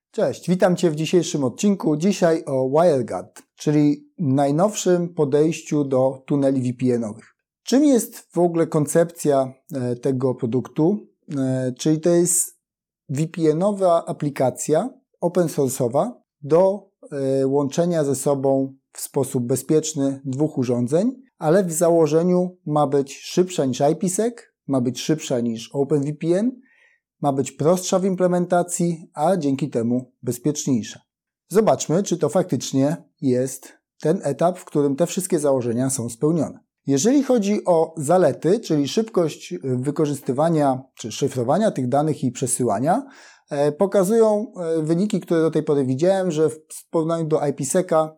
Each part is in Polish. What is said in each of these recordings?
Cześć, witam Cię w dzisiejszym odcinku. Dzisiaj o WireGuard, czyli najnowszym podejściu do tuneli VPN-owych. Czym jest w ogóle koncepcja tego produktu? Czyli to jest VPN-owa aplikacja open source'owa do łączenia ze sobą w sposób bezpieczny dwóch urządzeń, ale w założeniu ma być szybsza niż IPsec, ma być szybsza niż OpenVPN, ma być prostsza w implementacji, a dzięki temu bezpieczniejsza. Zobaczmy, czy to faktycznie jest ten etap, w którym te wszystkie założenia są spełnione. Jeżeli chodzi o zalety, czyli szybkość wykorzystywania czy szyfrowania tych danych i przesyłania, pokazują wyniki, które do tej pory widziałem, że w porównaniu do IPsec'a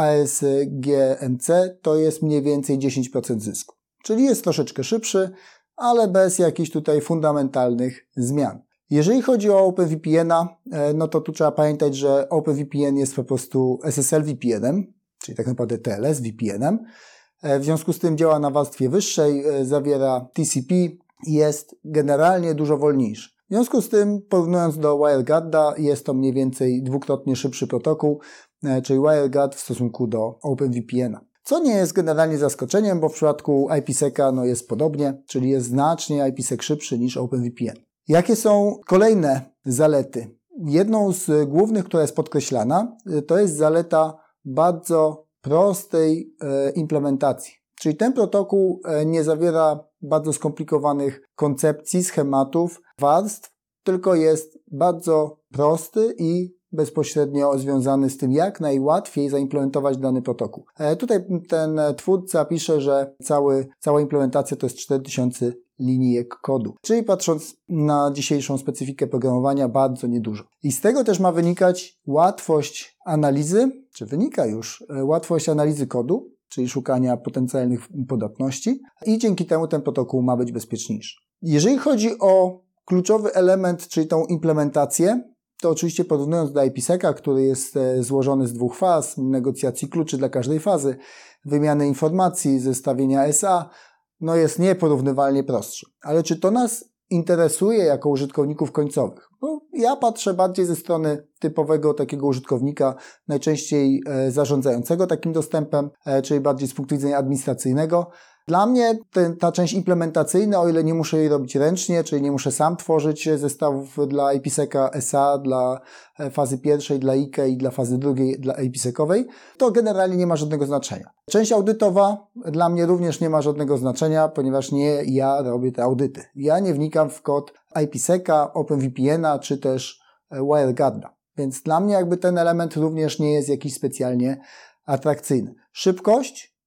ASGMC to jest mniej więcej 10% zysku. Czyli jest troszeczkę szybszy, ale bez jakichś tutaj fundamentalnych zmian. Jeżeli chodzi o OpenVPN-a, no to tu trzeba pamiętać, że OpenVPN jest po prostu SSL VPN-em, czyli tak naprawdę TLS VPN-em. W związku z tym działa na warstwie wyższej, zawiera TCP i jest generalnie dużo wolniejszy. W związku z tym, porównując do WireGuarda, jest to mniej więcej dwukrotnie szybszy protokół, czyli WireGuard w stosunku do OpenVPN-a. Co nie jest generalnie zaskoczeniem, bo w przypadku IPsec'a jest podobnie, czyli jest znacznie IPsec szybszy niż OpenVPN. Jakie są kolejne zalety? Jedną z głównych, która jest podkreślana, to jest zaleta bardzo prostej implementacji. Czyli ten protokół nie zawiera bardzo skomplikowanych koncepcji, schematów, warstw, tylko jest bardzo prosty i bezpośrednio związany z tym, jak najłatwiej zaimplementować dany protokół. Tutaj ten twórca pisze, że cała implementacja to jest 4000 linijek kodu. Czyli patrząc na dzisiejszą specyfikę programowania, bardzo niedużo. I z tego też ma wynikać łatwość analizy, czy wynika już łatwość analizy kodu, czyli szukania potencjalnych podatności i dzięki temu ten protokół ma być bezpieczniejszy. Jeżeli chodzi o kluczowy element, czyli tą implementację, to oczywiście porównując do IPsec'a, który jest złożony z dwóch faz, negocjacji kluczy dla każdej fazy, wymiany informacji, zestawienia SA, jest nieporównywalnie prostszy. Ale czy to nas interesuje jako użytkowników końcowych? Bo ja patrzę bardziej ze strony typowego takiego użytkownika, najczęściej zarządzającego takim dostępem, czyli bardziej z punktu widzenia administracyjnego. Dla mnie ta część implementacyjna, o ile nie muszę jej robić ręcznie, czyli nie muszę sam tworzyć zestawów dla IPsec'a SA, dla fazy pierwszej, dla IKE i dla fazy drugiej, dla IPsec'owej, to generalnie nie ma żadnego znaczenia. Część audytowa dla mnie również nie ma żadnego znaczenia, ponieważ nie ja robię te audyty. Ja nie wnikam w kod IPsec'a, OpenVPN'a czy też WireGuarda. Więc dla mnie ten element również nie jest jakiś specjalnie atrakcyjny. Szybkość?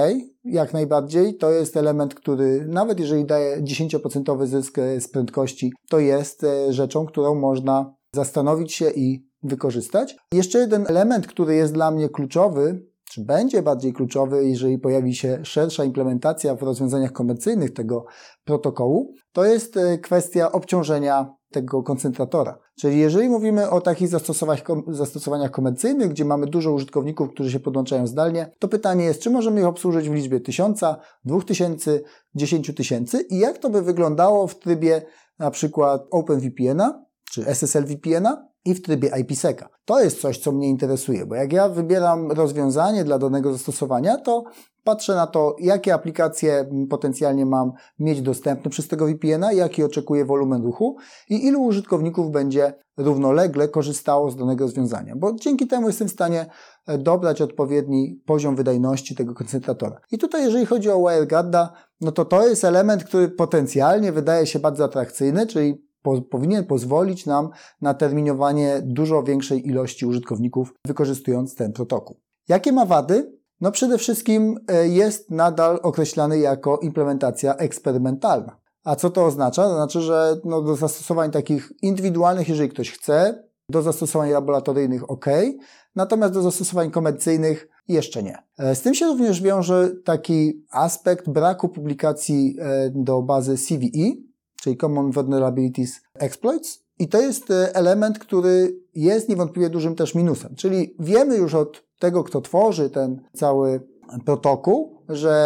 Jak najbardziej. To jest element, który nawet jeżeli daje 10% zysk z prędkości, to jest rzeczą, którą można zastanowić się i wykorzystać. Jeszcze jeden element, który jest dla mnie kluczowy, czy będzie bardziej kluczowy, jeżeli pojawi się szersza implementacja w rozwiązaniach komercyjnych tego protokołu, to jest kwestia obciążenia tego koncentratora. Czyli jeżeli mówimy o takich zastosowaniach komercyjnych, gdzie mamy dużo użytkowników, którzy się podłączają zdalnie, to pytanie jest, czy możemy ich obsłużyć w liczbie 1000, 2000, 10 000 i jak to by wyglądało w trybie na przykład OpenVPN'a czy SSL VPN'a i w trybie IPsec'a. To jest coś, co mnie interesuje, bo jak ja wybieram rozwiązanie dla danego zastosowania, to patrzę na to, jakie aplikacje potencjalnie mam mieć dostępne przez tego VPN'a, jaki oczekuję wolumen ruchu i ilu użytkowników będzie równolegle korzystało z danego rozwiązania, bo dzięki temu jestem w stanie dobrać odpowiedni poziom wydajności tego koncentratora. I tutaj jeżeli chodzi o WireGuarda, to jest element, który potencjalnie wydaje się bardzo atrakcyjny, czyli powinien pozwolić nam na terminowanie dużo większej ilości użytkowników wykorzystując ten protokół. Jakie ma wady? Przede wszystkim jest nadal określany jako implementacja eksperymentalna. A co to oznacza? To znaczy, że do zastosowań takich indywidualnych, jeżeli ktoś chce, do zastosowań laboratoryjnych natomiast do zastosowań komercyjnych jeszcze nie. Z tym się również wiąże taki aspekt braku publikacji do bazy CVE, czyli Common Vulnerabilities Exploits. I to jest element, który jest niewątpliwie dużym też minusem. Czyli wiemy już od tego, kto tworzy ten cały protokół, że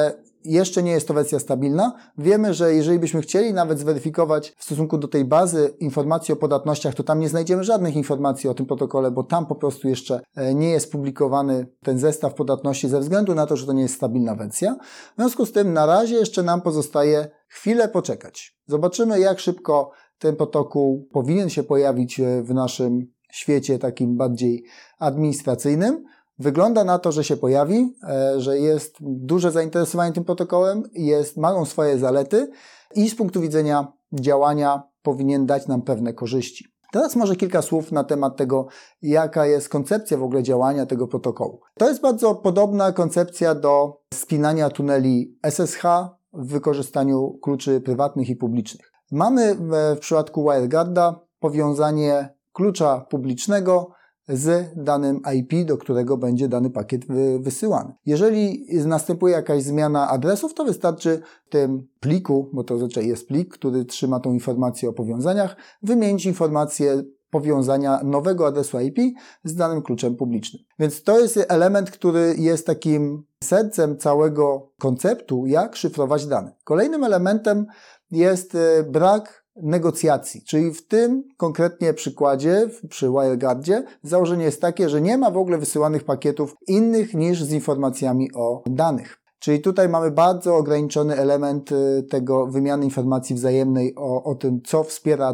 jeszcze nie jest to wersja stabilna. Wiemy, że jeżeli byśmy chcieli nawet zweryfikować w stosunku do tej bazy informacji o podatnościach, to tam nie znajdziemy żadnych informacji o tym protokole, bo tam po prostu jeszcze nie jest publikowany ten zestaw podatności ze względu na to, że to nie jest stabilna wersja. W związku z tym na razie jeszcze nam pozostaje chwilę poczekać. Zobaczymy, jak szybko ten protokół powinien się pojawić w naszym świecie takim bardziej administracyjnym. Wygląda na to, że się pojawi, że jest duże zainteresowanie tym protokołem, mają swoje zalety i z punktu widzenia działania powinien dać nam pewne korzyści. Teraz może kilka słów na temat tego, jaka jest koncepcja w ogóle działania tego protokołu. To jest bardzo podobna koncepcja do spinania tuneli SSH w wykorzystaniu kluczy prywatnych i publicznych. Mamy w przypadku WireGuarda powiązanie klucza publicznego z danym IP, do którego będzie dany pakiet wysyłany. Jeżeli następuje jakaś zmiana adresów, to wystarczy w tym pliku, bo to zazwyczaj jest plik, który trzyma tą informację o powiązaniach, wymienić informację powiązania nowego adresu IP z danym kluczem publicznym. Więc to jest element, który jest takim sercem całego konceptu, jak szyfrować dane. Kolejnym elementem jest brak negocjacji, czyli w tym konkretnie przykładzie, przy WireGuardzie, założenie jest takie, że nie ma w ogóle wysyłanych pakietów innych niż z informacjami o danych. Czyli tutaj mamy bardzo ograniczony element tego wymiany informacji wzajemnej o tym, co wspiera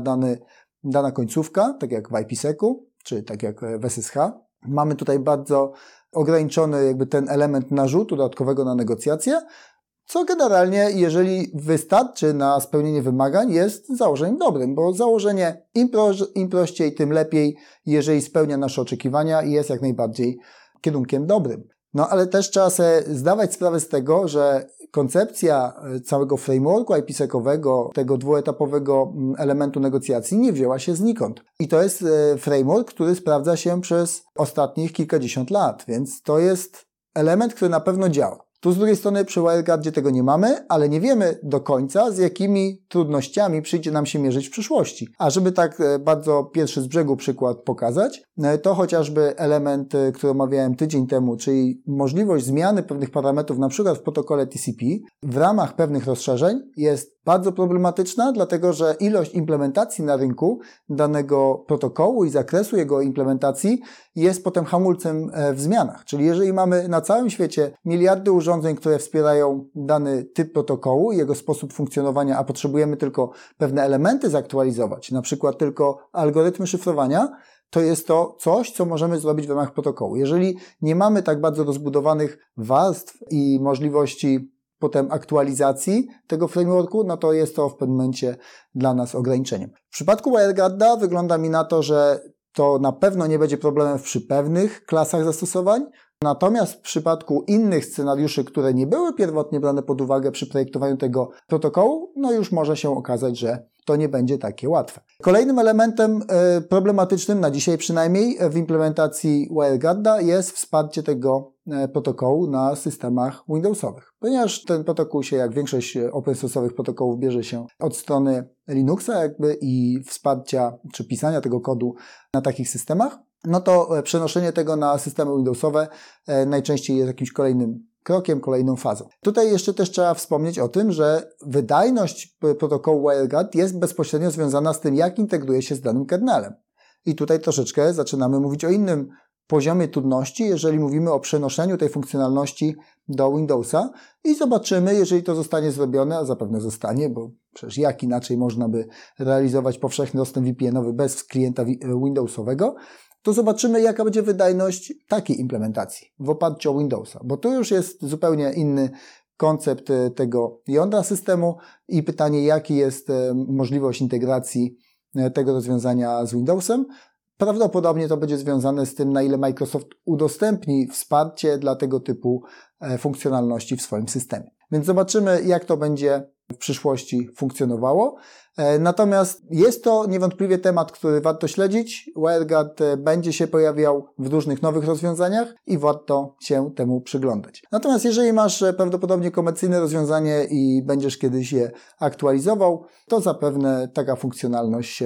dana końcówka, tak jak w IPsec-u, czy tak jak w SSH. Mamy tutaj bardzo ograniczony jakby ten element narzutu dodatkowego na negocjacje, co generalnie, jeżeli wystarczy na spełnienie wymagań, jest założeniem dobrym, bo założenie im prościej, tym lepiej, jeżeli spełnia nasze oczekiwania i jest jak najbardziej kierunkiem dobrym. No ale też trzeba sobie zdawać sprawę z tego, że koncepcja całego frameworku IPsec-owego, tego dwuetapowego elementu negocjacji nie wzięła się znikąd. I to jest framework, który sprawdza się przez ostatnich kilkadziesiąt lat, więc to jest element, który na pewno działa. Tu z drugiej strony przy WireGuardzie tego nie mamy, ale nie wiemy do końca, z jakimi trudnościami przyjdzie nam się mierzyć w przyszłości. A żeby tak bardzo pierwszy z brzegu przykład pokazać, to chociażby element, który omawiałem tydzień temu, czyli możliwość zmiany pewnych parametrów, na przykład w protokole TCP, w ramach pewnych rozszerzeń jest bardzo problematyczna, dlatego że ilość implementacji na rynku danego protokołu i zakresu jego implementacji jest potem hamulcem w zmianach. Czyli jeżeli mamy na całym świecie miliardy urządzeń, które wspierają dany typ protokołu i jego sposób funkcjonowania, a potrzebujemy tylko pewne elementy zaktualizować, na przykład tylko algorytmy szyfrowania, to jest to coś, co możemy zrobić w ramach protokołu. Jeżeli nie mamy tak bardzo rozbudowanych warstw i możliwości potem aktualizacji tego frameworku, no to jest to w pewnym momencie dla nas ograniczeniem. W przypadku WireGuarda wygląda mi na to, że to na pewno nie będzie problemem przy pewnych klasach zastosowań, natomiast w przypadku innych scenariuszy, które nie były pierwotnie brane pod uwagę przy projektowaniu tego protokołu, no już może się okazać, że to nie będzie takie łatwe. Kolejnym elementem problematycznym, na dzisiaj przynajmniej, w implementacji WireGuarda jest wsparcie tego protokołu na systemach Windowsowych. Ponieważ ten protokół się, jak większość open source'owych protokołów, bierze się od strony Linuxa jakby i wsparcia czy pisania tego kodu na takich systemach, no to przenoszenie tego na systemy Windowsowe najczęściej jest jakimś kolejnym krokiem, kolejną fazą. Tutaj jeszcze też trzeba wspomnieć o tym, że wydajność protokołu WireGuard jest bezpośrednio związana z tym, jak integruje się z danym kernelem. I tutaj troszeczkę zaczynamy mówić o innym poziomie trudności, jeżeli mówimy o przenoszeniu tej funkcjonalności do Windowsa i zobaczymy, jeżeli to zostanie zrobione, a zapewne zostanie, bo przecież jak inaczej można by realizować powszechny dostęp VPN-owy bez klienta Windowsowego, to zobaczymy, jaka będzie wydajność takiej implementacji w oparciu o Windowsa, bo tu już jest zupełnie inny koncept tego jądra systemu i pytanie, jaka jest możliwość integracji tego rozwiązania z Windowsem. Prawdopodobnie to będzie związane z tym, na ile Microsoft udostępni wsparcie dla tego typu funkcjonalności w swoim systemie. Więc zobaczymy, jak to będzie w przyszłości funkcjonowało. Natomiast jest to niewątpliwie temat, który warto śledzić. WireGuard będzie się pojawiał w różnych nowych rozwiązaniach i warto się temu przyglądać. Natomiast jeżeli masz prawdopodobnie komercyjne rozwiązanie i będziesz kiedyś je aktualizował, to zapewne taka funkcjonalność się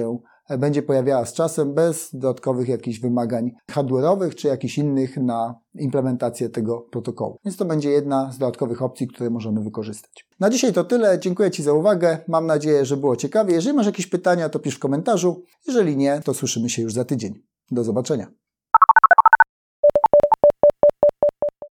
będzie pojawiała z czasem bez dodatkowych jakichś wymagań hardware'owych czy jakichś innych na implementację tego protokołu. Więc to będzie jedna z dodatkowych opcji, które możemy wykorzystać. Na dzisiaj to tyle. Dziękuję Ci za uwagę. Mam nadzieję, że było ciekawie. Jeżeli masz jakieś pytania, to pisz w komentarzu. Jeżeli nie, to słyszymy się już za tydzień. Do zobaczenia.